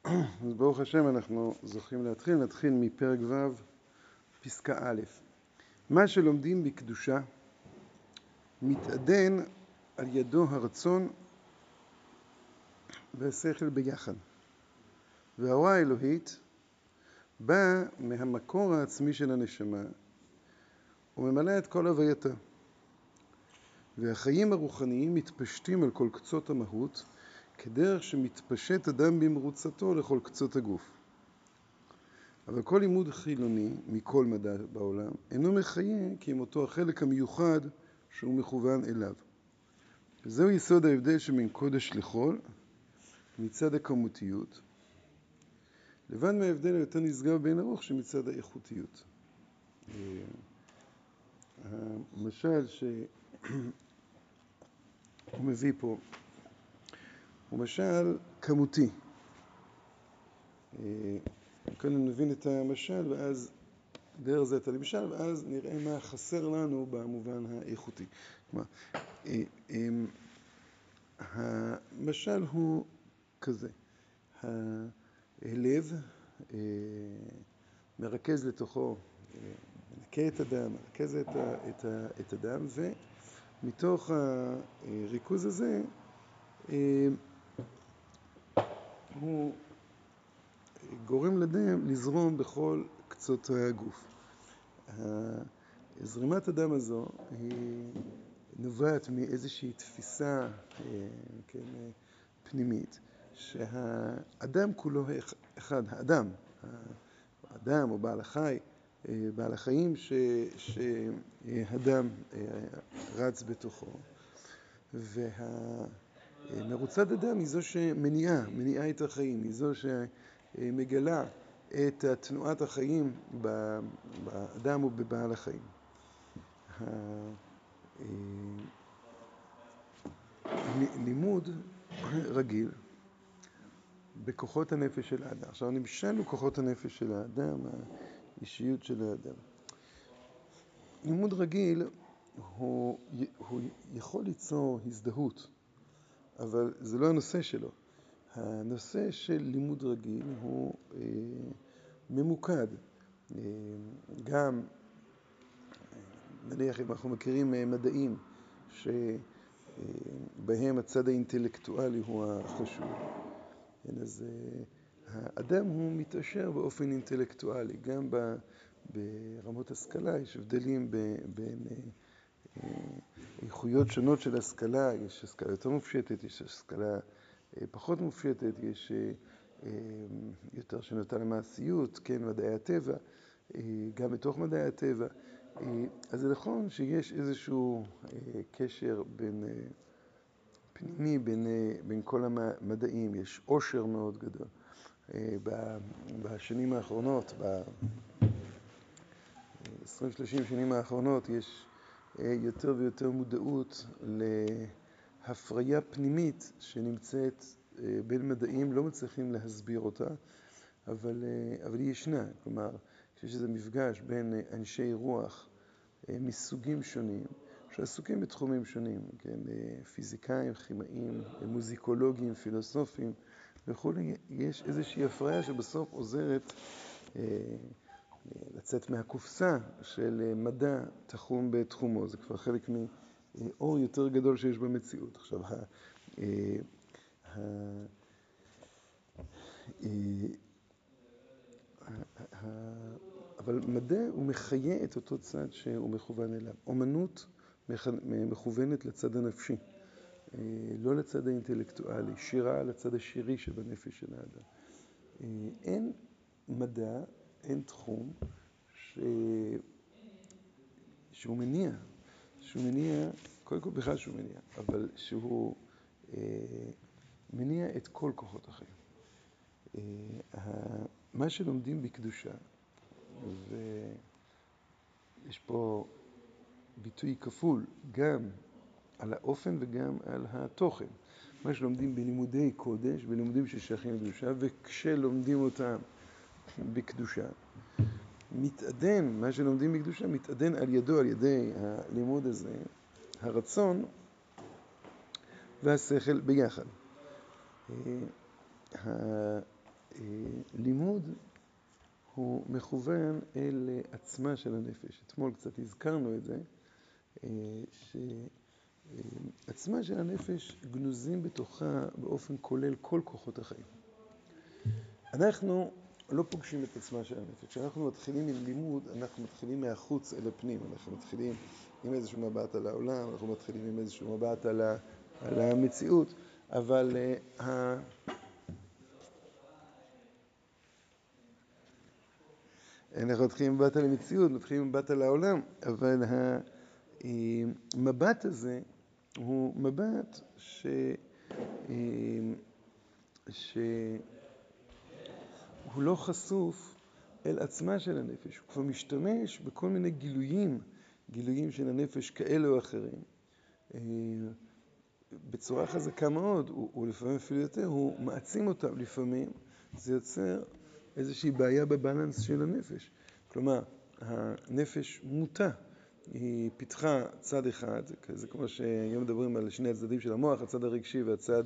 אז ברוך השם אנחנו זוכים נתחיל מפרק ו' פסקה א'. מה שלומדים בקדושה מתעדן על ידו הרצון והשכל ביחד, וההוראה האלוהית באה מהמקור העצמי של הנשמה וממלא את כל הווייתה, והחיים הרוחניים מתפשטים על כל קצות המהות כדרך שמתפשט אדם במרוצתו לכל קצות הגוף. אבל כל לימוד חילוני מכל מדע בעולם אינו מחיה כי אם אותו החלק המיוחד שהוא מכוון אליו. וזהו יסוד ההבדל שבין קודש לחול מצד הכמותיות, לבד מההבדל היותר נשגב בין ארוך שמצד האיכותיות. המשל שהוא מביא פה הוא משל כמותי. קודם נבין את המשל ואז דרך זה את המשל ואז נראה מה חסר לנו במובן האיכותי. המשל הוא כזה: הלב מרכז לתוכו, מנקה את הדם, מרכז את הדם, ומתוך הריכוז הזה הוא גורם לדם לזרום בכל קצות הגוף. זרימת הדם הזו היא נובעת מאיזושהי תפיסה פנימית שהאדם כולו אחד, האדם או בעל החיים שהדם רץ בתוכו, ומרוצת הדם היא זו שמניעה את החיים, היא זו שמגלה את תנועת החיים באדם ובבעל החיים. לימוד רגיל בכוחות הנפש של האדם. עכשיו נמשלנו כוחות הנפש של האדם, האישיות של האדם. לימוד רגיל הוא יכול ליצור הזדהות, אבל זה לא הנושא שלו. הנושא של לימוד רגיל הוא ממוקד. גם נניח אם אנחנו מכירים מדעים שבהם הצד האינטלקטואלי הוא החשוב, אז האדם הוא מתעשר באופן אינטלקטואלי. גם ברמות השכלה יש הבדלים בין איכויות שונות של השכלה. יש השכלה יותר מופשטת, יש השכלה פחות מופשטת, יש יותר שנוטה למעשיות, כן, מדעי הטבע, גם בתוך מדעי הטבע. אז זה נכון שיש איזשהו קשר פנימי בין כל המדעים. יש עושר מאוד גדול. בשנים האחרונות, ב-20-30 שנים האחרונות, יש יותר ויותר מודעות להפריה פנימית שנמצאת בין מדעים, לא מצליחים להסביר אותה, אבל היא ישנה. כלומר, כשיש איזה מפגש בין אנשי רוח מסוגים שונים, שעסוקים בתחומים שונים, כן, פיזיקאים, כימאים, מוזיקולוגים, פילוסופים וכו', יש איזושהי הפריה שבסוף עוזרת לצאת מהקופסה של מדע תחום בתחומו. זה כבר חלק מאור יותר גדול שיש במציאות. עכשיו, אבל מדע הוא מחיה את אותו צד שהוא מכוון אליו. אומנות מכוונת לצד הנפשי, לא לצד האינטלקטואלי. שירה לצד השירי שבנפש של האדם. אין מדע, אין תחום שהוא מניע, קודם כל בכלל שהוא מניע, אבל שהוא מניע את כל כוחות החיים. מה שלומדים בקדושה, ויש פה ביטוי כפול, גם על האופן וגם על התוכן. מה שלומדים בלימודי קודש, בלימודים ששייכים לקדושה, וכשלומדים אותם בקדושה, מתעדן, מה שלומדים בקדושה, מתעדן על ידי הלימוד הזה, הרצון והשכל ביחד. הלימוד הוא מכוון אל עצמה של הנפש. אתמול קצת הזכרנו את זה, שעצמה של הנפש גנוזים בתוכה באופן כולל כל כוחות החיים. אנחנו לא פוגשים את עצמה של הנפש. כשאנחנו מתחילים עם לימוד, אנחנו מתחילים מהחוץ אל הפנים. אנחנו מתחילים עם איזשהו מבט על העולם, אנחנו מתחילים עם איזשהו מבט על המציאות, אבל אנחנו מתחילים מבט על המציאות, מתחילים מבט על העולם, אבל המבט הזה הוא מבט שהוא לא חשוף אל עצמה של הנפש. הוא כבר משתמש בכל מיני גילויים של הנפש כאלה או אחרים. בצורה חזקה מאוד, הוא לפעמים אפילו יותר, הוא מעצים אותם לפעמים. זה יוצר איזושהי בעיה בבלנס של הנפש. כלומר, הנפש מוטה. היא פיתחה צד אחד, זה כמו שהיום מדברים על שני הצדדים של המוח, הצד הרגשי והצד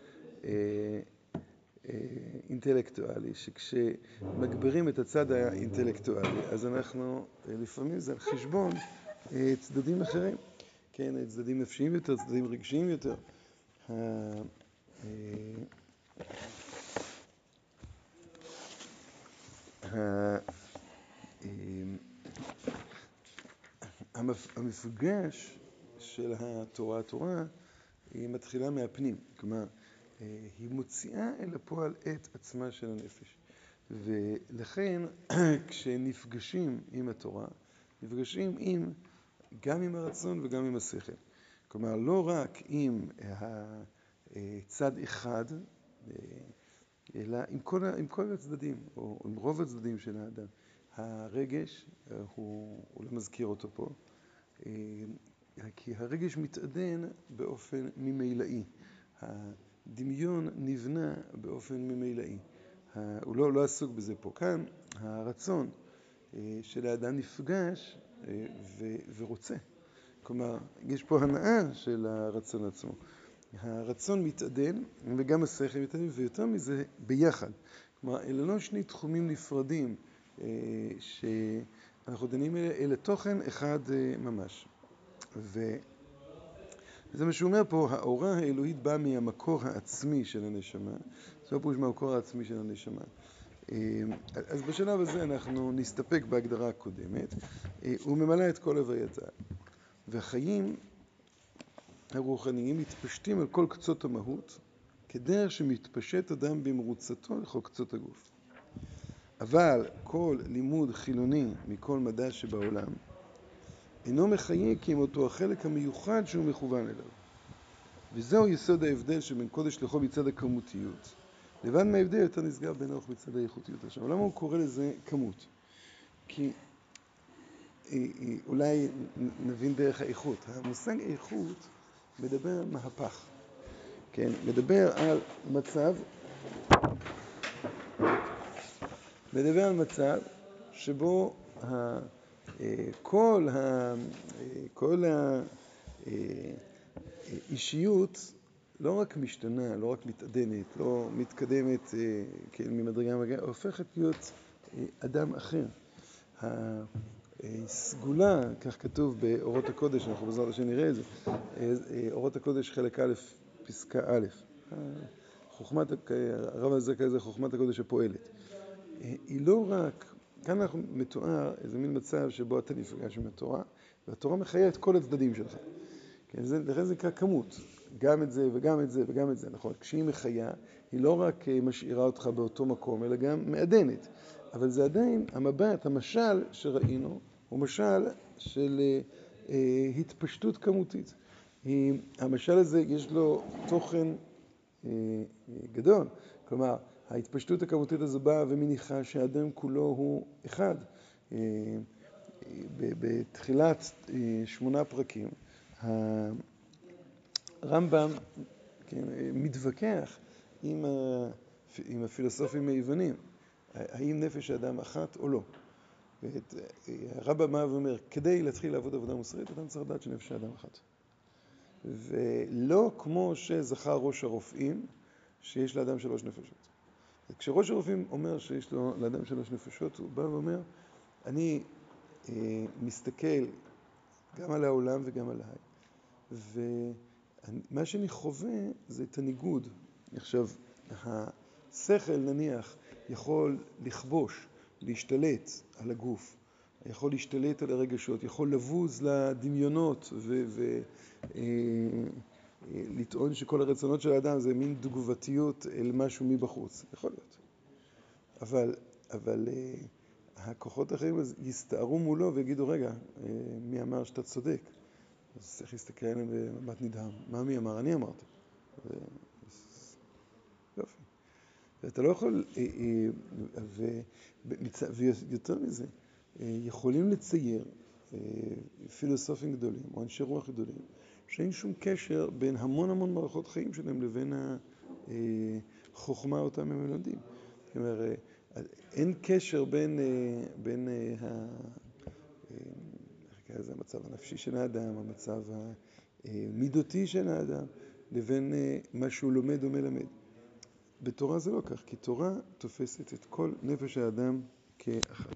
האינטלקטואלי, שכשמגברים את הצד האינטלקטואלי, אז אנחנו, לפעמים זה על חשבון צדדים אחרים, כן, צדדים נפשיים יותר, צדדים רגשיים יותר. המפגש של התורה היא מתחילה מהפנים, כלומר, היא מוציאה אל הפועל את עצמה של הנפש. ולכן, כשנפגשים עם התורה, נפגשים גם עם הרצון וגם עם השכל. כלומר, לא רק עם הצד אחד, אלא עם כל הצדדים, או עם רוב הצדדים של האדם. הרגש, הוא לא מזכיר אותו פה, כי הרגש מתעדן באופן ממילאי. הדמיון נבנה באופן ממילאי. הוא לא עסוק בזה פה. כאן הרצון של האדם נפגש ורוצה. כלומר, יש פה הנאה של הרצון עצמו. הרצון מתעדן וגם השכל מתעדן, ויותר מזה ביחד. כלומר, אלה לא שני תחומים נפרדים שאנחנו דנים אלה תוכן אחד ממש. וזה מה שהוא אומר פה, האורה האלוהית באה מהמקור העצמי של הנשמה. זה פירוש מהמקור העצמי של הנשמה. אז בשלב הזה אנחנו נסתפק בהגדרה הקודמת. הוא ממלא את כל הווייתה. והחיים הרוחניים מתפשטים על כל קצות המהות, כדרך שמתפשט אדם במרוצתו לכל קצות הגוף. אבל כל לימוד חילוני מכל מדע שבעולם אינו מחיה כי אם אותו החלק המיוחד שהוא מכוון אליו. וזהו יסוד ההבדל שבין קודש לחול מצד הכמותיות. לבד מההבדל יותר נסגר בין אורך מצד האיכותיות. עכשיו, למה הוא קורא לזה כמות? כי אולי נבין דרך האיכות. המושג איכות מדבר על מהפך. כן, מדבר על שבו כל האישיות לא רק משתנה, לא רק מתעדנת, לא מתקדמת ממדרגה למדרגה, הופכת להיות אדם אחר. הסגולה, כך כתוב באורות הקודש, אנחנו בעזרת השם נראה את זה, אורות הקודש חלק א', פסקה א', הרב הזה כזה חוכמת הקודש הפועלת. היא לא רק, כאן אנחנו מתואר איזה מין מצב שבו אתה נפגש עם התורה, והתורה מחיה את כל הצדדים שלך. לכן זה נקרא כמות, גם את זה וגם את זה וגם את זה, נכון? כשהיא מחיה, היא לא רק משאירה אותך באותו מקום, אלא גם מעדנת. אבל זה עדיין, המבט, המשל שראינו, הוא משל של התפשטות כמותית. המשל הזה יש לו תוכן גדול. כלומר, ההתפשטות הכמותית הזו באה ומניחה שהאדם כולו הוא אחד. בתחילת 8 פרקים, הרמב"ם מתווכח עם הפילוסופים היוונים, האם נפש האדם אחת או לא. הרמב"ם בא ואומר, כדי להתחיל לעבוד עבודה מוסרית, אדם צריך לדעת שנפש האדם אחת. ולא כמו שזכר ראש הרופאים, שיש לאדם 3 נפשות. כשראש הרופאים אומר שיש לו, לאדם 3 נפשות, הוא בא ואומר, אני מסתכל גם על העולם וגם עליי, ומה שאני חווה זה את הניגוד. עכשיו, השכל נניח יכול לכבוש, להשתלט על הגוף, יכול להשתלט על הרגשות, יכול לבוז לדמיונות ולטעון שכל הרצונות של האדם זה מין תגובתיות אל משהו מבחוץ. יכול להיות. אבל הכוחות האחרים יסתערו מולו ויגידו, רגע, מי אמר שאתה צודק? אז צריך להסתכל עליהם במבט נדהם. מה מי אמר? אני אמרתי. יופי. ואתה לא יכול, ויותר מזה, יכולים לצייר פילוסופים גדולים או אנשי רוח גדולים, שאין שום קשר בין המון מערכות חיים שלהם לבין החוכמה אותם הם מלמדים. זאת אומרת, אין קשר בין המצב הנפשי של האדם, המצב המידותי של האדם, לבין מה שהוא לומד או מלמד. בתורה זה לא כך, כי תורה תופסת את כל נפש האדם כאחת.